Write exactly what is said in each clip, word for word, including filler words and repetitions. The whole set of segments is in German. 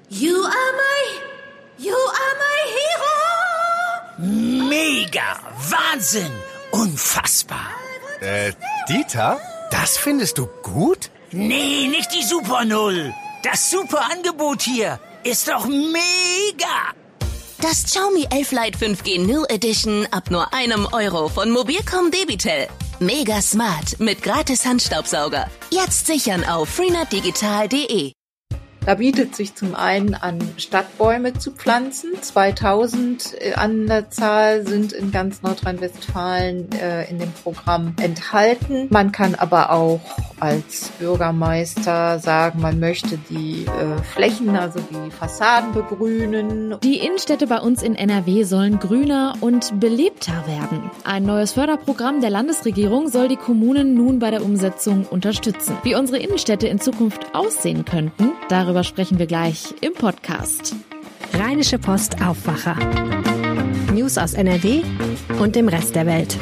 You are my, you are my hero. Mega, Wahnsinn, unfassbar. Äh, Dieter, das findest du gut? Nee, nicht die Super Null. Das super Angebot hier ist doch mega. Das Xiaomi elf Lite fünf G Null Edition ab nur einem Euro von Mobilcom Debitel. Mega smart mit gratis Handstaubsauger. Jetzt sichern auf freenet digital punkt de. Da bietet sich zum einen an, Stadtbäume zu pflanzen. zweitausend an der Zahl sind in ganz Nordrhein-Westfalen äh, in dem Programm enthalten. Man kann aber auch als Bürgermeister sagen, man möchte die äh, Flächen, also die Fassaden begrünen. Die Innenstädte bei uns in N R W sollen grüner und belebter werden. Ein neues Förderprogramm der Landesregierung soll die Kommunen nun bei der Umsetzung unterstützen. Wie unsere Innenstädte in Zukunft aussehen könnten, darüber sprechen wir gleich im Podcast. Rheinische Post Aufwacher. News aus N R W und dem Rest der Welt.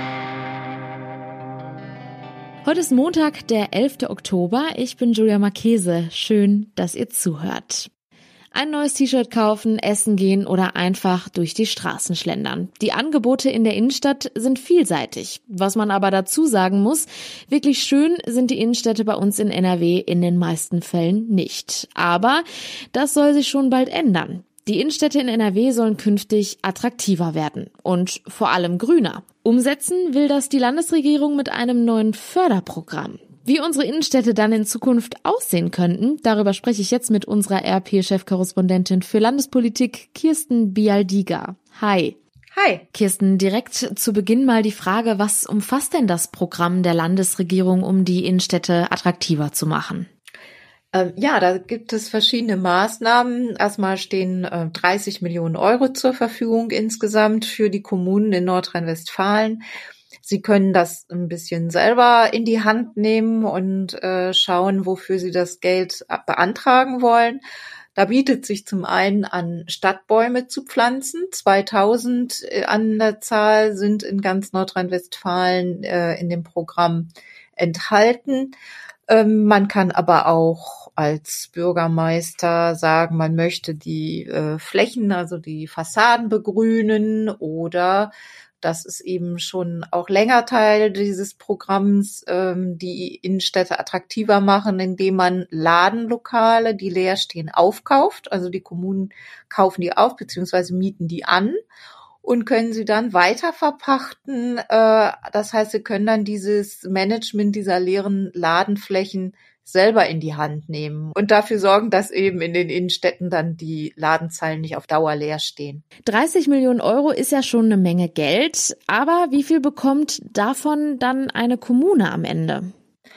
Heute ist Montag, der elfter Oktober. Ich bin Julia Marchese. Schön, dass ihr zuhört. Ein neues T-Shirt kaufen, essen gehen oder einfach durch die Straßen schlendern. Die Angebote in der Innenstadt sind vielseitig. Was man aber dazu sagen muss, wirklich schön sind die Innenstädte bei uns in N R W in den meisten Fällen nicht. Aber das soll sich schon bald ändern. Die Innenstädte in N R W sollen künftig attraktiver werden und vor allem grüner. Umsetzen will das die Landesregierung mit einem neuen Förderprogramm. Wie unsere Innenstädte dann in Zukunft aussehen könnten, darüber spreche ich jetzt mit unserer R P-Chefkorrespondentin für Landespolitik, Kirsten Bialdiga. Hi. Hi. Kirsten, direkt zu Beginn mal die Frage, was umfasst denn das Programm der Landesregierung, um die Innenstädte attraktiver zu machen? Ähm, ja, da gibt es verschiedene Maßnahmen. Erstmal stehen äh, dreißig Millionen Euro zur Verfügung insgesamt für die Kommunen in Nordrhein-Westfalen. Sie können das ein bisschen selber in die Hand nehmen und äh, schauen, wofür Sie das Geld beantragen wollen. Da bietet sich zum einen an, Stadtbäume zu pflanzen. zweitausend an der Zahl sind in ganz Nordrhein-Westfalen äh, in dem Programm enthalten. Ähm, man kann aber auch als Bürgermeister sagen, man möchte die äh, Flächen, also die Fassaden begrünen oder das ist eben schon auch länger Teil dieses Programms, ähm, die Innenstädte attraktiver machen, indem man Ladenlokale, die leer stehen, aufkauft. Also die Kommunen kaufen die auf bzw. mieten die an und können sie dann weiter verpachten. Äh, das heißt, sie können dann dieses Management dieser leeren Ladenflächen selber in die Hand nehmen und dafür sorgen, dass eben in den Innenstädten dann die Ladenzeilen nicht auf Dauer leer stehen. dreißig Millionen Euro ist ja schon eine Menge Geld, aber wie viel bekommt davon dann eine Kommune am Ende?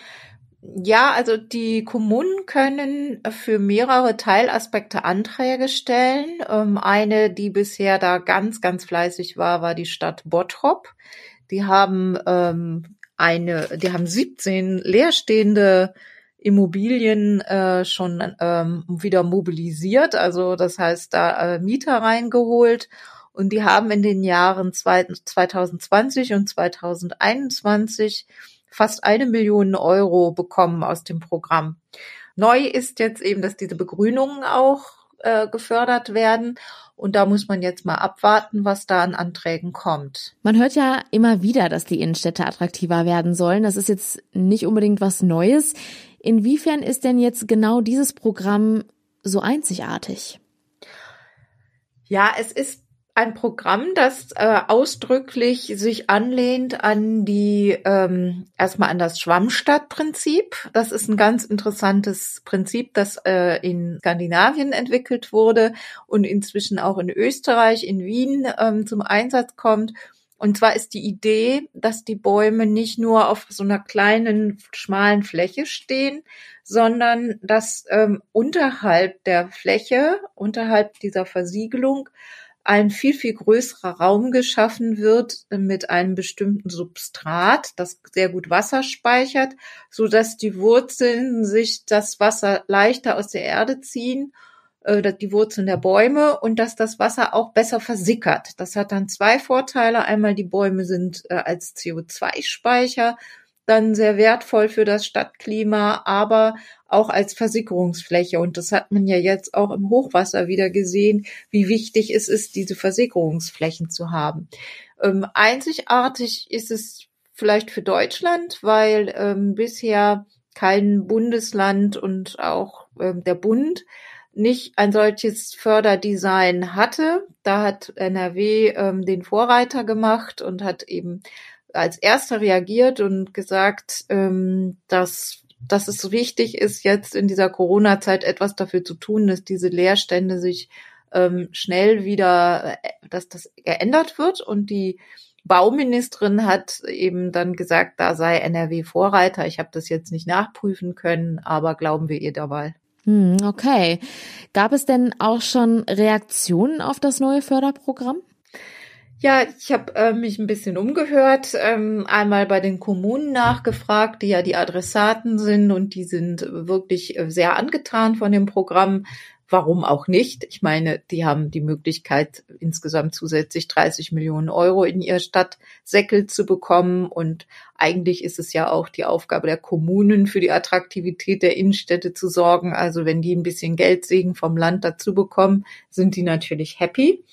Ja, also die Kommunen können für mehrere Teilaspekte Anträge stellen. Eine, die bisher da ganz, ganz fleißig war, war die Stadt Bottrop. Die haben ähm, eine, die haben siebzehn leerstehende Immobilien äh, schon ähm, wieder mobilisiert, also das heißt da äh, Mieter reingeholt und die haben in den Jahren zwanzig zwanzig und zwanzig einundzwanzig fast eine Million Euro bekommen aus dem Programm. Neu ist jetzt eben, dass diese Begrünungen auch äh, gefördert werden und da muss man jetzt mal abwarten, was da an Anträgen kommt. Man hört ja immer wieder, dass die Innenstädte attraktiver werden sollen. Das ist jetzt nicht unbedingt was Neues. Inwiefern ist denn jetzt genau dieses Programm so einzigartig? Ja, es ist ein Programm, das äh, ausdrücklich sich anlehnt an die, ähm, erstmal an das Schwammstadtprinzip. Das ist ein ganz interessantes Prinzip, das äh, in Skandinavien entwickelt wurde und inzwischen auch in Österreich, in Wien ähm, zum Einsatz kommt. Und zwar ist die Idee, dass die Bäume nicht nur auf so einer kleinen, schmalen Fläche stehen, sondern dass ähm, unterhalb der Fläche, unterhalb dieser Versiegelung, ein viel, viel größerer Raum geschaffen wird mit einem bestimmten Substrat, das sehr gut Wasser speichert, so dass die Wurzeln sich das Wasser leichter aus der Erde ziehen, die Wurzeln der Bäume und dass das Wasser auch besser versickert. Das hat dann zwei Vorteile. Einmal die Bäume sind äh, als C O zwei Speicher dann sehr wertvoll für das Stadtklima, aber auch als Versickerungsfläche. Und das hat man ja jetzt auch im Hochwasser wieder gesehen, wie wichtig es ist, diese Versickerungsflächen zu haben. Ähm, einzigartig ist es vielleicht für Deutschland, weil ähm, bisher kein Bundesland und auch ähm, der Bund nicht ein solches Förderdesign hatte. Da hat N R W ähm, den Vorreiter gemacht und hat eben als erster reagiert und gesagt, ähm, dass, dass es wichtig ist, jetzt in dieser Corona-Zeit etwas dafür zu tun, dass diese Leerstände sich ähm, schnell wieder, dass das geändert wird. Und die Bauministerin hat eben dann gesagt, da sei N R W Vorreiter. Ich habe das jetzt nicht nachprüfen können, aber glauben wir ihr dabei. Hm, okay. Gab es denn auch schon Reaktionen auf das neue Förderprogramm? Ja, ich habe äh, mich ein bisschen umgehört, ähm, einmal bei den Kommunen nachgefragt, die ja die Adressaten sind, und die sind wirklich äh, sehr angetan von dem Programm. Warum auch nicht? Ich meine, die haben die Möglichkeit, insgesamt zusätzlich dreißig Millionen Euro in ihr Stadtsäckel zu bekommen. Und eigentlich ist es ja auch die Aufgabe der Kommunen, für die Attraktivität der Innenstädte zu sorgen. Also wenn die ein bisschen Geldsegen vom Land dazu bekommen, sind die natürlich happy.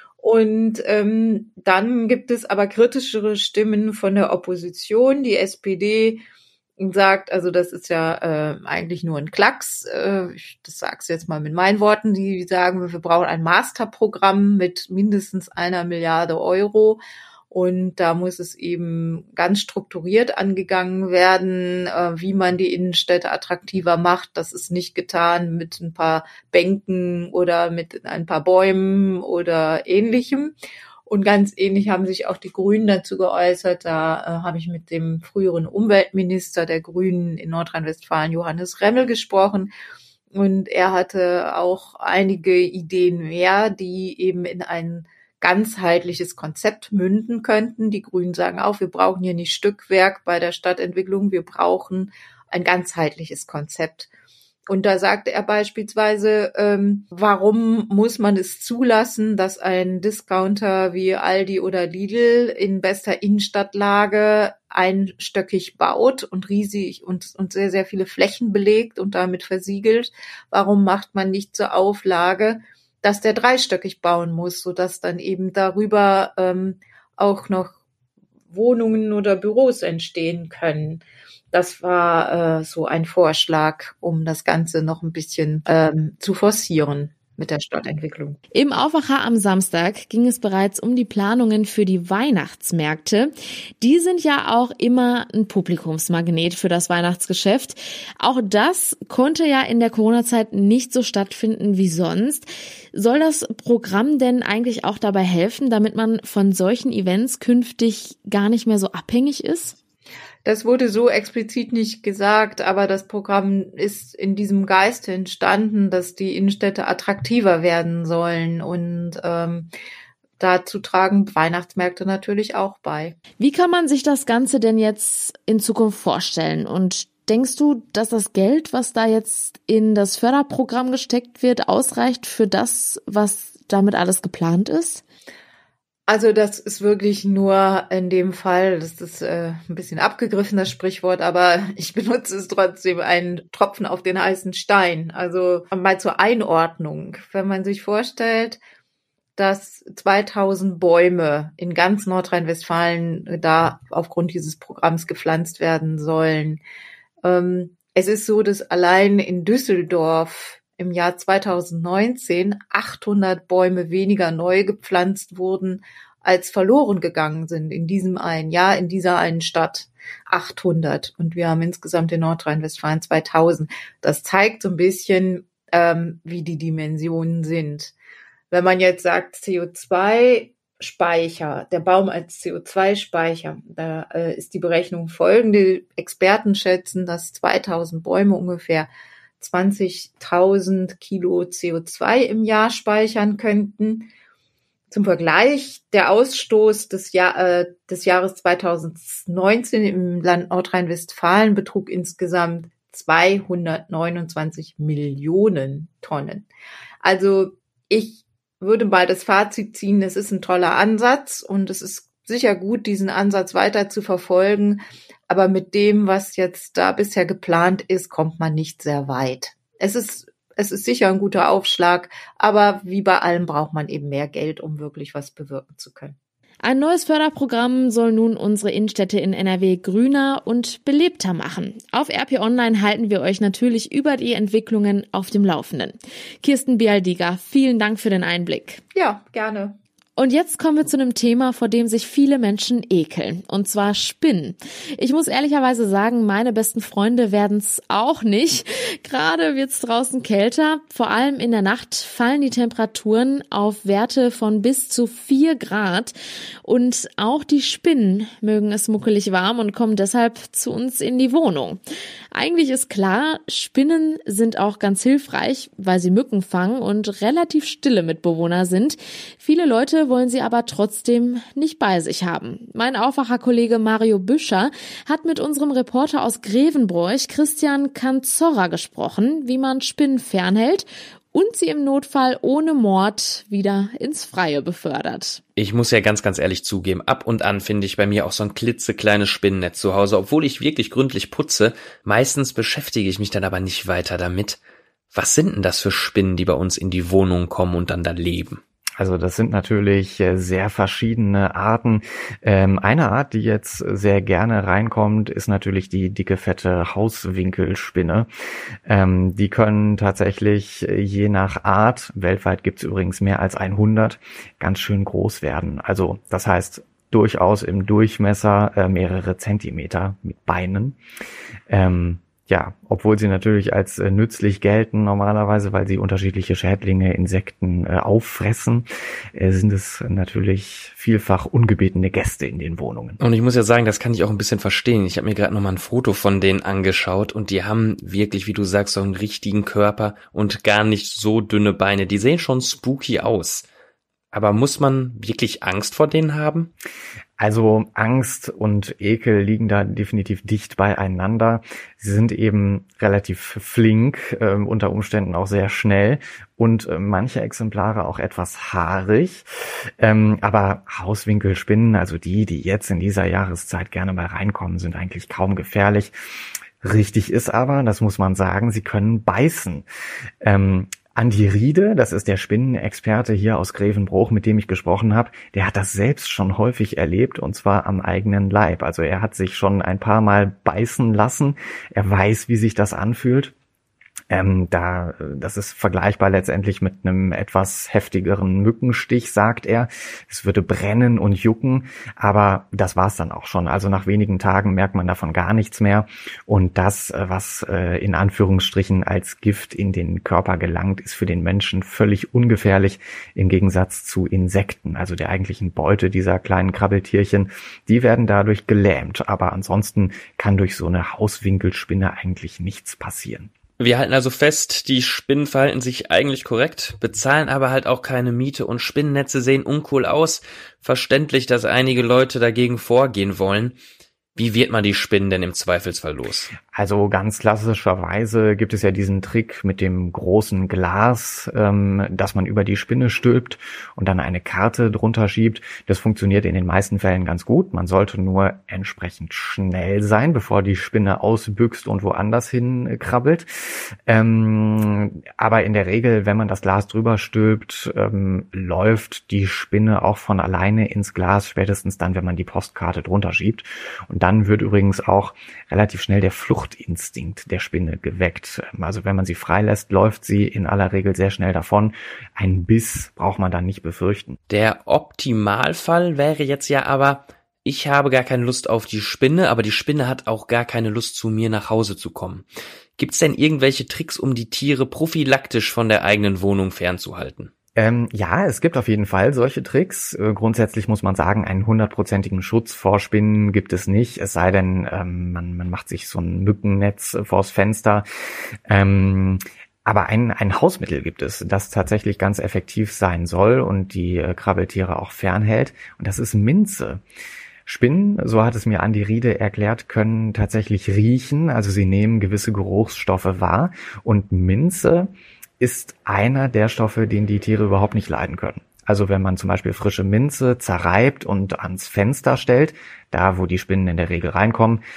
Und ähm, dann gibt es aber kritischere Stimmen von der Opposition. Die S P D sagt, also das ist ja äh, eigentlich nur ein Klacks. Äh, ich, das sag's jetzt mal mit meinen Worten. Die sagen, wir brauchen ein Masterprogramm mit mindestens einer Milliarde Euro. Und da muss es eben ganz strukturiert angegangen werden, äh, wie man die Innenstädte attraktiver macht. Das ist nicht getan mit ein paar Bänken oder mit ein paar Bäumen oder Ähnlichem. Und ganz ähnlich haben sich auch die Grünen dazu geäußert. Da äh, habe ich mit dem früheren Umweltminister der Grünen in Nordrhein-Westfalen, Johannes Remmel, gesprochen. Und er hatte auch einige Ideen mehr, die eben in ein ganzheitliches Konzept münden könnten. Die Grünen sagen auch, wir brauchen hier nicht Stückwerk bei der Stadtentwicklung, wir brauchen ein ganzheitliches Konzept. Und da sagte er beispielsweise, ähm, warum muss man es zulassen, dass ein Discounter wie Aldi oder Lidl in bester Innenstadtlage einstöckig baut und riesig und, und sehr, sehr viele Flächen belegt und damit versiegelt? Warum macht man nicht zur Auflage, dass der dreistöckig bauen muss, sodass dann eben darüber ähm, auch noch Wohnungen oder Büros entstehen können? Das war äh, so ein Vorschlag, um das Ganze noch ein bisschen ähm, zu forcieren mit der Stadtentwicklung. Im Aufwacher am Samstag ging es bereits um die Planungen für die Weihnachtsmärkte. Die sind ja auch immer ein Publikumsmagnet für das Weihnachtsgeschäft. Auch das konnte ja in der Corona-Zeit nicht so stattfinden wie sonst. Soll das Programm denn eigentlich auch dabei helfen, damit man von solchen Events künftig gar nicht mehr so abhängig ist? Das wurde so explizit nicht gesagt, aber das Programm ist in diesem Geiste entstanden, dass die Innenstädte attraktiver werden sollen, und ähm, dazu tragen Weihnachtsmärkte natürlich auch bei. Wie kann man sich das Ganze denn jetzt in Zukunft vorstellen? Und denkst du, dass das Geld, was da jetzt in das Förderprogramm gesteckt wird, ausreicht für das, was damit alles geplant ist? Also das ist wirklich nur in dem Fall, das ist äh, ein bisschen abgegriffen, das Sprichwort, aber ich benutze es trotzdem, einen Tropfen auf den heißen Stein. Also mal zur Einordnung. Wenn man sich vorstellt, dass zweitausend Bäume in ganz Nordrhein-Westfalen da aufgrund dieses Programms gepflanzt werden sollen. Ähm, es ist so, dass allein in Düsseldorf im Jahr zweitausendneunzehn achthundert Bäume weniger neu gepflanzt wurden, als verloren gegangen sind in diesem einen Jahr, in dieser einen Stadt. achthundert. Und wir haben insgesamt in Nordrhein-Westfalen zweitausend. Das zeigt so ein bisschen, ähm, wie die Dimensionen sind. Wenn man jetzt sagt, C O zwei Speicher, der Baum als C O zwei Speicher, da äh, ist die Berechnung folgende. Experten schätzen, dass zweitausend Bäume ungefähr zwanzigtausend Kilo C O zwei im Jahr speichern könnten. Zum Vergleich, der Ausstoß des, Jahr, äh, des Jahres zweitausendneunzehn im Land Nordrhein-Westfalen betrug insgesamt zweihundertneunundzwanzig Millionen Tonnen. Also ich würde mal das Fazit ziehen, es ist ein toller Ansatz und es ist sicher gut, diesen Ansatz weiter zu verfolgen. Aber mit dem, was jetzt da bisher geplant ist, kommt man nicht sehr weit. Es ist, es ist sicher ein guter Aufschlag, aber wie bei allem braucht man eben mehr Geld, um wirklich was bewirken zu können. Ein neues Förderprogramm soll nun unsere Innenstädte in N R W grüner und belebter machen. Auf R P Online halten wir euch natürlich über die Entwicklungen auf dem Laufenden. Kirsten Bialdiger, vielen Dank für den Einblick. Ja, gerne. Und jetzt kommen wir zu einem Thema, vor dem sich viele Menschen ekeln, und zwar Spinnen. Ich muss ehrlicherweise sagen, meine besten Freunde werden's auch nicht. Gerade wird's draußen kälter, vor allem in der Nacht fallen die Temperaturen auf Werte von bis zu vier Grad und auch die Spinnen mögen es muckelig warm und kommen deshalb zu uns in die Wohnung. Eigentlich ist klar, Spinnen sind auch ganz hilfreich, weil sie Mücken fangen und relativ stille Mitbewohner sind. Viele Leute wollen sie aber trotzdem nicht bei sich haben. Mein Aufwacherkollege Mario Büscher hat mit unserem Reporter aus Grevenbroich, Christian Kanzorra, gesprochen, wie man Spinnen fernhält und sie im Notfall ohne Mord wieder ins Freie befördert. Ich muss ja ganz, ganz ehrlich zugeben, ab und an finde ich bei mir auch so ein klitzekleines Spinnennetz zu Hause, obwohl ich wirklich gründlich putze. Meistens beschäftige ich mich dann aber nicht weiter damit. Was sind denn das für Spinnen, die bei uns in die Wohnung kommen und dann da leben? Also das sind natürlich sehr verschiedene Arten. Ähm, eine Art, die jetzt sehr gerne reinkommt, ist natürlich die dicke, fette Hauswinkelspinne. Ähm, die können tatsächlich je nach Art, weltweit gibt es übrigens mehr als hundert, ganz schön groß werden. Also das heißt durchaus im Durchmesser äh, mehrere Zentimeter mit Beinen. Ähm, Ja, obwohl sie natürlich als äh, nützlich gelten normalerweise, weil sie unterschiedliche Schädlinge, Insekten äh, auffressen, äh, sind es natürlich vielfach ungebetene Gäste in den Wohnungen. Und ich muss ja sagen, das kann ich auch ein bisschen verstehen. Ich habe mir gerade nochmal ein Foto von denen angeschaut und die haben wirklich, wie du sagst, so einen richtigen Körper und gar nicht so dünne Beine. Die sehen schon spooky aus. Aber muss man wirklich Angst vor denen haben? Also Angst und Ekel liegen da definitiv dicht beieinander. Sie sind eben relativ flink, äh, unter Umständen auch sehr schnell und äh, manche Exemplare auch etwas haarig. Ähm, aber Hauswinkelspinnen, also die, die jetzt in dieser Jahreszeit gerne mal reinkommen, sind eigentlich kaum gefährlich. Richtig ist aber, das muss man sagen, sie können beißen. Ähm, Andi Riede, das ist der Spinnenexperte hier aus Grevenbroich, mit dem ich gesprochen habe, der hat das selbst schon häufig erlebt und zwar am eigenen Leib. Also er hat sich schon ein paar Mal beißen lassen. Er weiß, wie sich das anfühlt. Ähm, da, das ist vergleichbar letztendlich mit einem etwas heftigeren Mückenstich, sagt er. Es würde brennen und jucken, aber das war's dann auch schon. Also nach wenigen Tagen merkt man davon gar nichts mehr. Und das, was äh, in Anführungsstrichen als Gift in den Körper gelangt, ist für den Menschen völlig ungefährlich im Gegensatz zu Insekten, also der eigentlichen Beute dieser kleinen Krabbeltierchen. Die werden dadurch gelähmt, aber ansonsten kann durch so eine Hauswinkelspinne eigentlich nichts passieren. Wir halten also fest, die Spinnen verhalten sich eigentlich korrekt, bezahlen aber halt auch keine Miete und Spinnennetze sehen uncool aus. Verständlich, dass einige Leute dagegen vorgehen wollen. Wie wird man die Spinnen denn im Zweifelsfall los? Also ganz klassischerweise gibt es ja diesen Trick mit dem großen Glas, ähm, dass man über die Spinne stülpt und dann eine Karte drunter schiebt. Das funktioniert in den meisten Fällen ganz gut. Man sollte nur entsprechend schnell sein, bevor die Spinne ausbüchst und woanders hin krabbelt. Ähm, aber in der Regel, wenn man das Glas drüber stülpt, ähm, läuft die Spinne auch von alleine ins Glas, spätestens dann, wenn man die Postkarte drunter schiebt. Und dann wird übrigens auch relativ schnell der Fluchtinstinkt der Spinne geweckt. Also wenn man sie freilässt, läuft sie in aller Regel sehr schnell davon. Einen Biss braucht man dann nicht befürchten. Der Optimalfall wäre jetzt ja aber, ich habe gar keine Lust auf die Spinne, aber die Spinne hat auch gar keine Lust, zu mir nach Hause zu kommen. Gibt's denn irgendwelche Tricks, um die Tiere prophylaktisch von der eigenen Wohnung fernzuhalten? Ähm, ja, es gibt auf jeden Fall solche Tricks. Äh, grundsätzlich muss man sagen, einen hundertprozentigen Schutz vor Spinnen gibt es nicht, es sei denn, ähm, man, man macht sich so ein Mückennetz vors Fenster. Ähm, aber ein, ein Hausmittel gibt es, das tatsächlich ganz effektiv sein soll und die äh, Krabbeltiere auch fernhält. Und das ist Minze. Spinnen, so hat es mir Andi Riede erklärt, können tatsächlich riechen, also sie nehmen gewisse Geruchsstoffe wahr. Und Minze ist einer der Stoffe, den die Tiere überhaupt nicht leiden können. Also wenn man zum Beispiel frische Minze zerreibt und ans Fenster stellt, da wo die Spinnen in der Regel reinkommen,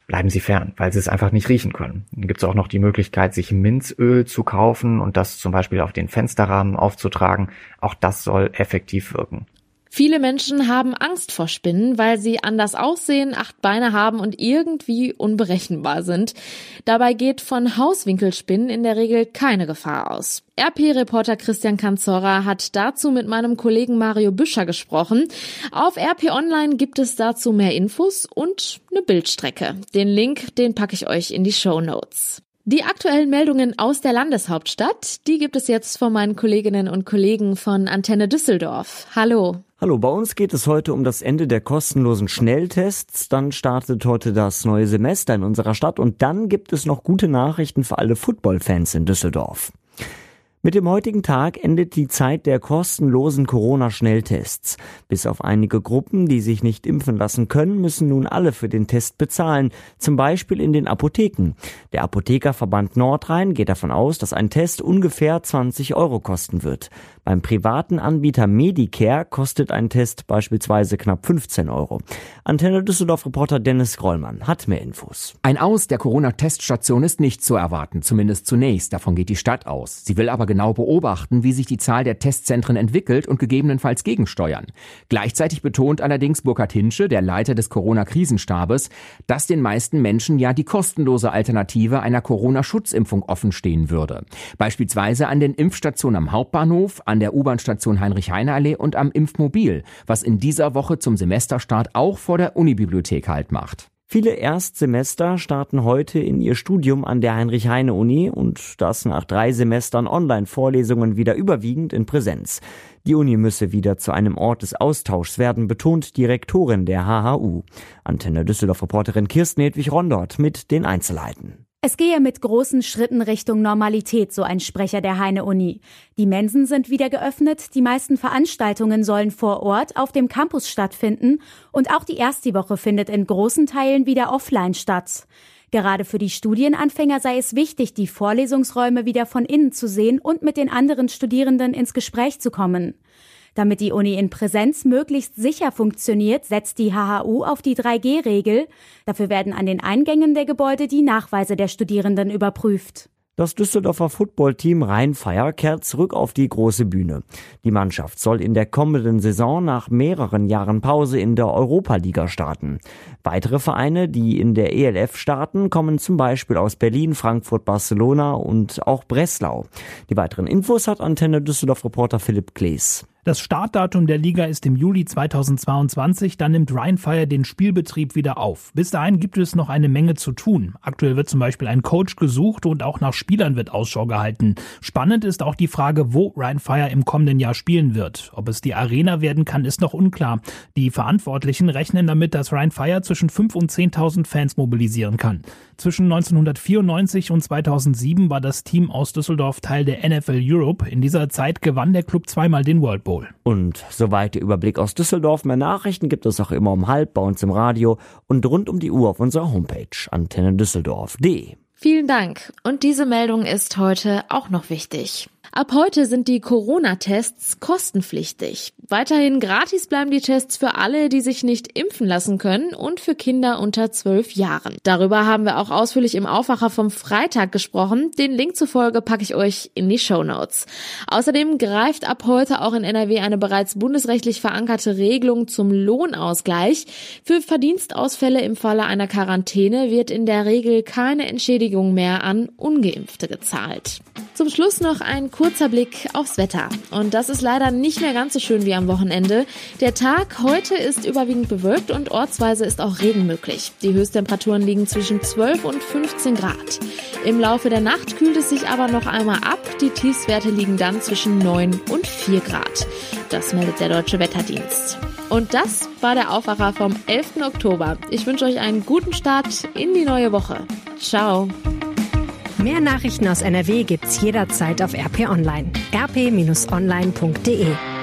bleiben Sie fern, weil Sie es einfach nicht riechen können. Dann gibt es auch noch die Möglichkeit, sich Minzöl zu kaufen und das zum Beispiel auf den Fensterrahmen aufzutragen. Auch das soll effektiv wirken. Viele Menschen haben Angst vor Spinnen, weil sie anders aussehen, acht Beine haben und irgendwie unberechenbar sind. Dabei geht von Hauswinkelspinnen in der Regel keine Gefahr aus. R P-Reporter Christian Canzorra hat dazu mit meinem Kollegen Mario Büscher gesprochen. Auf R P Online gibt es dazu mehr Infos und eine Bildstrecke. Den Link, den packe ich euch in die Shownotes. Die aktuellen Meldungen aus der Landeshauptstadt, die gibt es jetzt von meinen Kolleginnen und Kollegen von Antenne Düsseldorf. Hallo. Hallo, bei uns geht es heute um das Ende der kostenlosen Schnelltests. Dann startet heute das neue Semester in unserer Stadt und dann gibt es noch gute Nachrichten für alle Football-Fans in Düsseldorf. Mit dem heutigen Tag endet die Zeit der kostenlosen Corona-Schnelltests. Bis auf einige Gruppen, die sich nicht impfen lassen können, müssen nun alle für den Test bezahlen, zum Beispiel in den Apotheken. Der Apothekerverband Nordrhein geht davon aus, dass ein Test ungefähr zwanzig Euro kosten wird. Beim privaten Anbieter Medicare kostet ein Test beispielsweise knapp fünfzehn Euro. Antenne Düsseldorf-Reporter Dennis Grollmann hat mehr Infos. Ein Aus der Corona-Teststation ist nicht zu erwarten, zumindest zunächst. Davon geht die Stadt aus. Sie will aber genau beobachten, wie sich die Zahl der Testzentren entwickelt und gegebenenfalls gegensteuern. Gleichzeitig betont allerdings Burkhard Hinsche, der Leiter des Corona-Krisenstabes, dass den meisten Menschen ja die kostenlose Alternative einer Corona-Schutzimpfung offenstehen würde. Beispielsweise an den Impfstationen am Hauptbahnhof, an der U-Bahn-Station Heinrich-Heine-Allee und am Impfmobil, was in dieser Woche zum Semesterstart auch vor der Unibibliothek Halt macht. Viele Erstsemester starten heute in ihr Studium an der Heinrich-Heine-Uni und das nach drei Semestern Online-Vorlesungen wieder überwiegend in Präsenz. Die Uni müsse wieder zu einem Ort des Austauschs werden, betont die Rektorin der H H U. Antenne Düsseldorf-Reporterin Kirsten Hedwig-Rondort mit den Einzelheiten. Es gehe mit großen Schritten Richtung Normalität, so ein Sprecher der Heine-Uni. Die Mensen sind wieder geöffnet, die meisten Veranstaltungen sollen vor Ort auf dem Campus stattfinden und auch die Ersti-Woche findet in großen Teilen wieder offline statt. Gerade für die Studienanfänger sei es wichtig, die Vorlesungsräume wieder von innen zu sehen und mit den anderen Studierenden ins Gespräch zu kommen. Damit die Uni in Präsenz möglichst sicher funktioniert, setzt die H H U auf die drei G Regel. Dafür werden an den Eingängen der Gebäude die Nachweise der Studierenden überprüft. Das Düsseldorfer Footballteam Rhein-Fire kehrt zurück auf die große Bühne. Die Mannschaft soll in der kommenden Saison nach mehreren Jahren Pause in der Europa-Liga starten. Weitere Vereine, die in der E L F starten, kommen zum Beispiel aus Berlin, Frankfurt, Barcelona und auch Breslau. Die weiteren Infos hat Antenne Düsseldorf-Reporter Philipp Klees. Das Startdatum der Liga ist im Juli zweitausendzweiundzwanzig, dann nimmt Rhein-Fire den Spielbetrieb wieder auf. Bis dahin gibt es noch eine Menge zu tun. Aktuell wird zum Beispiel ein Coach gesucht und auch nach Spielern wird Ausschau gehalten. Spannend ist auch die Frage, wo Rhein-Fire im kommenden Jahr spielen wird. Ob es die Arena werden kann, ist noch unklar. Die Verantwortlichen rechnen damit, dass Rhein-Fire zwischen fünftausend und zehntausend Fans mobilisieren kann. Zwischen neunzehnhundertvierundneunzig und zweitausendsieben war das Team aus Düsseldorf Teil der N F L Europe. In dieser Zeit gewann der Club zweimal den World Bowl. Und soweit der Überblick aus Düsseldorf. Mehr Nachrichten gibt es auch immer um halb bei uns im Radio und rund um die Uhr auf unserer Homepage antenne düsseldorf punkt de. Vielen Dank. Und diese Meldung ist heute auch noch wichtig. Ab heute sind die Corona-Tests kostenpflichtig. Weiterhin gratis bleiben die Tests für alle, die sich nicht impfen lassen können und für Kinder unter zwölf Jahren. Darüber haben wir auch ausführlich im Aufwacher vom Freitag gesprochen. Den Link zur Folge packe ich euch in die Shownotes. Außerdem greift ab heute auch in N R W eine bereits bundesrechtlich verankerte Regelung zum Lohnausgleich. Für Verdienstausfälle im Falle einer Quarantäne wird in der Regel keine Entschädigung mehr an Ungeimpfte gezahlt. Zum Schluss noch ein kurzer Blick aufs Wetter. Und das ist leider nicht mehr ganz so schön wie am Wochenende. Der Tag heute ist überwiegend bewölkt und ortsweise ist auch Regen möglich. Die Höchsttemperaturen liegen zwischen zwölf und fünfzehn Grad. Im Laufe der Nacht kühlt es sich aber noch einmal ab. Die Tiefstwerte liegen dann zwischen neun und vier Grad. Das meldet der Deutsche Wetterdienst. Und das war der Aufwacher vom elften Oktober. Ich wünsche euch einen guten Start in die neue Woche. Ciao. Mehr Nachrichten aus N R W gibt's jederzeit auf R P Online. r p Bindestrich online punkt de